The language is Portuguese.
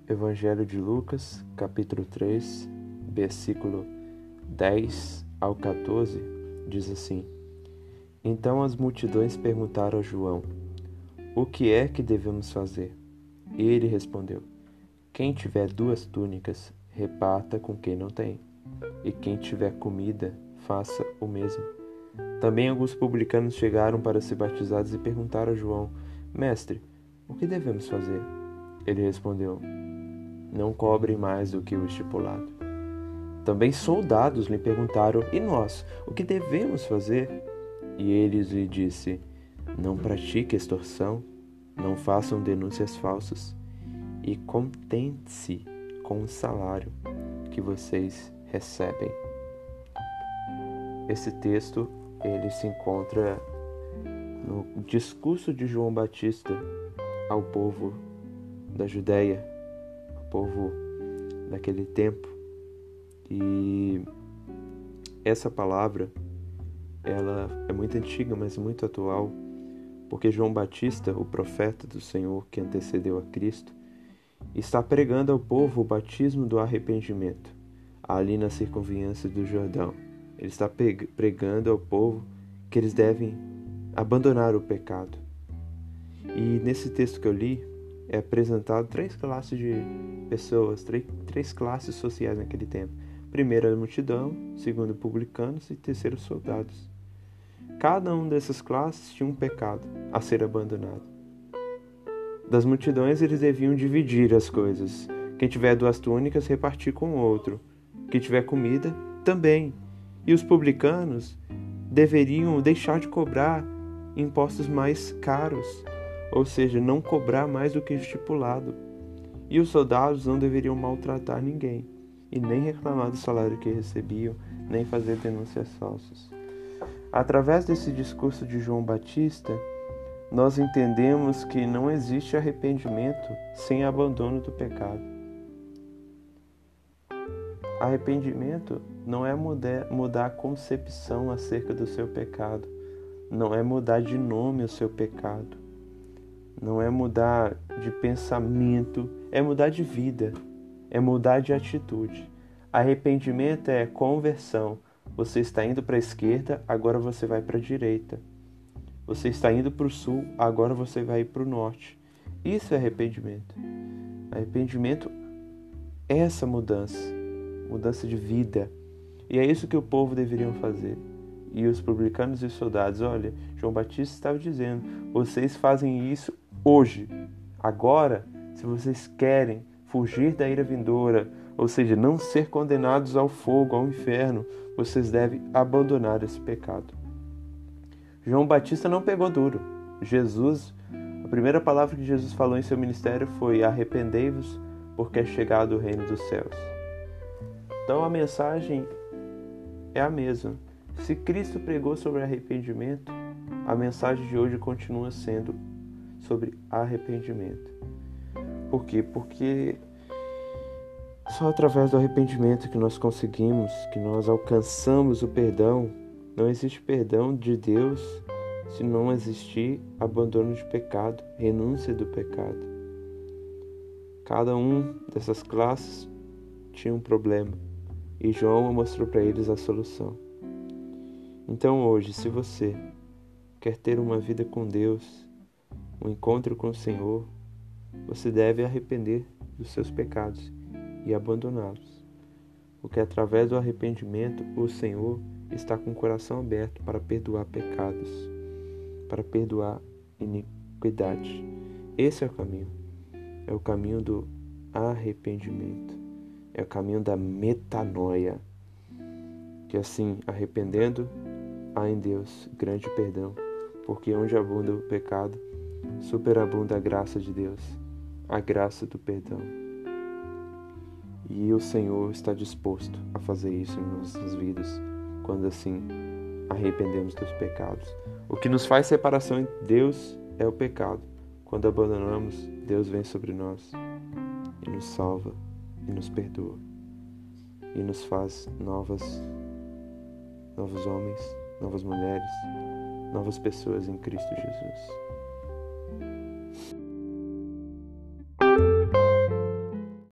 Evangelho de Lucas, capítulo 3, versículo 10 ao 14, diz assim: Então as multidões perguntaram a João: O que é que devemos fazer? E ele respondeu: Quem tiver 2 túnicas, reparta com quem não tem, e quem tiver comida, faça o mesmo. Também alguns publicanos chegaram para ser batizados e perguntaram a João: Mestre, o que devemos fazer? Ele respondeu: Não cobrem mais do que o estipulado. Também soldados lhe perguntaram: E nós, o que devemos fazer? E ele lhe disse: Não pratique extorsão, não façam denúncias falsas, e contente-se com o salário que vocês recebem. Esse texto ele se encontra no discurso de João Batista ao povo da Judéia, ao povo daquele tempo. E essa palavra, ela é muito antiga, mas muito atual, porque João Batista, o profeta do Senhor que antecedeu a Cristo, está pregando ao povo o batismo do arrependimento, ali na circunvizinhança do Jordão. Ele está pregando ao povo que eles devem abandonar o pecado. E nesse texto que eu li, é apresentado 3 classes de pessoas, 3 classes sociais naquele tempo. Primeiro a multidão, segundo publicanos e terceiro soldados. Cada uma dessas classes tinha um pecado a ser abandonado. Das multidões eles deviam dividir as coisas. Quem tiver 2 túnicas, repartir com o outro. Quem tiver comida, também. E os publicanos deveriam deixar de cobrar impostos mais caros, ou seja, não cobrar mais do que estipulado. E os soldados não deveriam maltratar ninguém, e nem reclamar do salário que recebiam, nem fazer denúncias falsas. Através desse discurso de João Batista, nós entendemos que não existe arrependimento sem abandono do pecado. Arrependimento não é mudar a concepção acerca do seu pecado, não é mudar de nome o seu pecado, não é mudar de pensamento, é mudar de vida, é mudar de atitude. Arrependimento é conversão. Você está indo para a esquerda, agora você vai para a direita. Você está indo para o sul, agora você vai para o norte. Isso é arrependimento. Arrependimento é essa mudança de vida. E é isso que o povo deveria fazer. E os publicanos e os soldados, olha, João Batista estava dizendo, vocês fazem isso hoje, agora, se vocês querem fugir da ira vindoura, ou seja, não ser condenados ao fogo, ao inferno, vocês devem abandonar esse pecado. João Batista não pegou duro. A primeira palavra que Jesus falou em seu ministério foi: arrependei-vos, porque é chegado o reino dos céus. Então a mensagem é a mesma. Se Cristo pregou sobre arrependimento, a mensagem de hoje continua sendo sobre arrependimento. Por quê? Porque só através do arrependimento que nós conseguimos, que nós alcançamos o perdão. Não existe perdão de Deus se não existir abandono de pecado, renúncia do pecado. Cada um dessas classes tinha um problema e João mostrou para eles a solução. Então hoje, se você quer ter uma vida com Deus, um encontro com o Senhor, você deve arrepender dos seus pecados e abandoná-los. Porque através do arrependimento, o Senhor está com o coração aberto para perdoar pecados, para perdoar iniquidade. Esse é o caminho. É o caminho do arrependimento. É o caminho da metanoia. Que assim, arrependendo, há em Deus grande perdão. Porque onde abunda o pecado, superabunda a graça de Deus, a graça do perdão. E o Senhor está disposto a fazer isso em nossas vidas, quando assim arrependemos dos pecados. O que nos faz separação entre Deus é o pecado. Quando abandonamos, Deus vem sobre nós e nos salva e nos perdoa e nos faz novos homens, novas mulheres, novas pessoas em Cristo Jesus.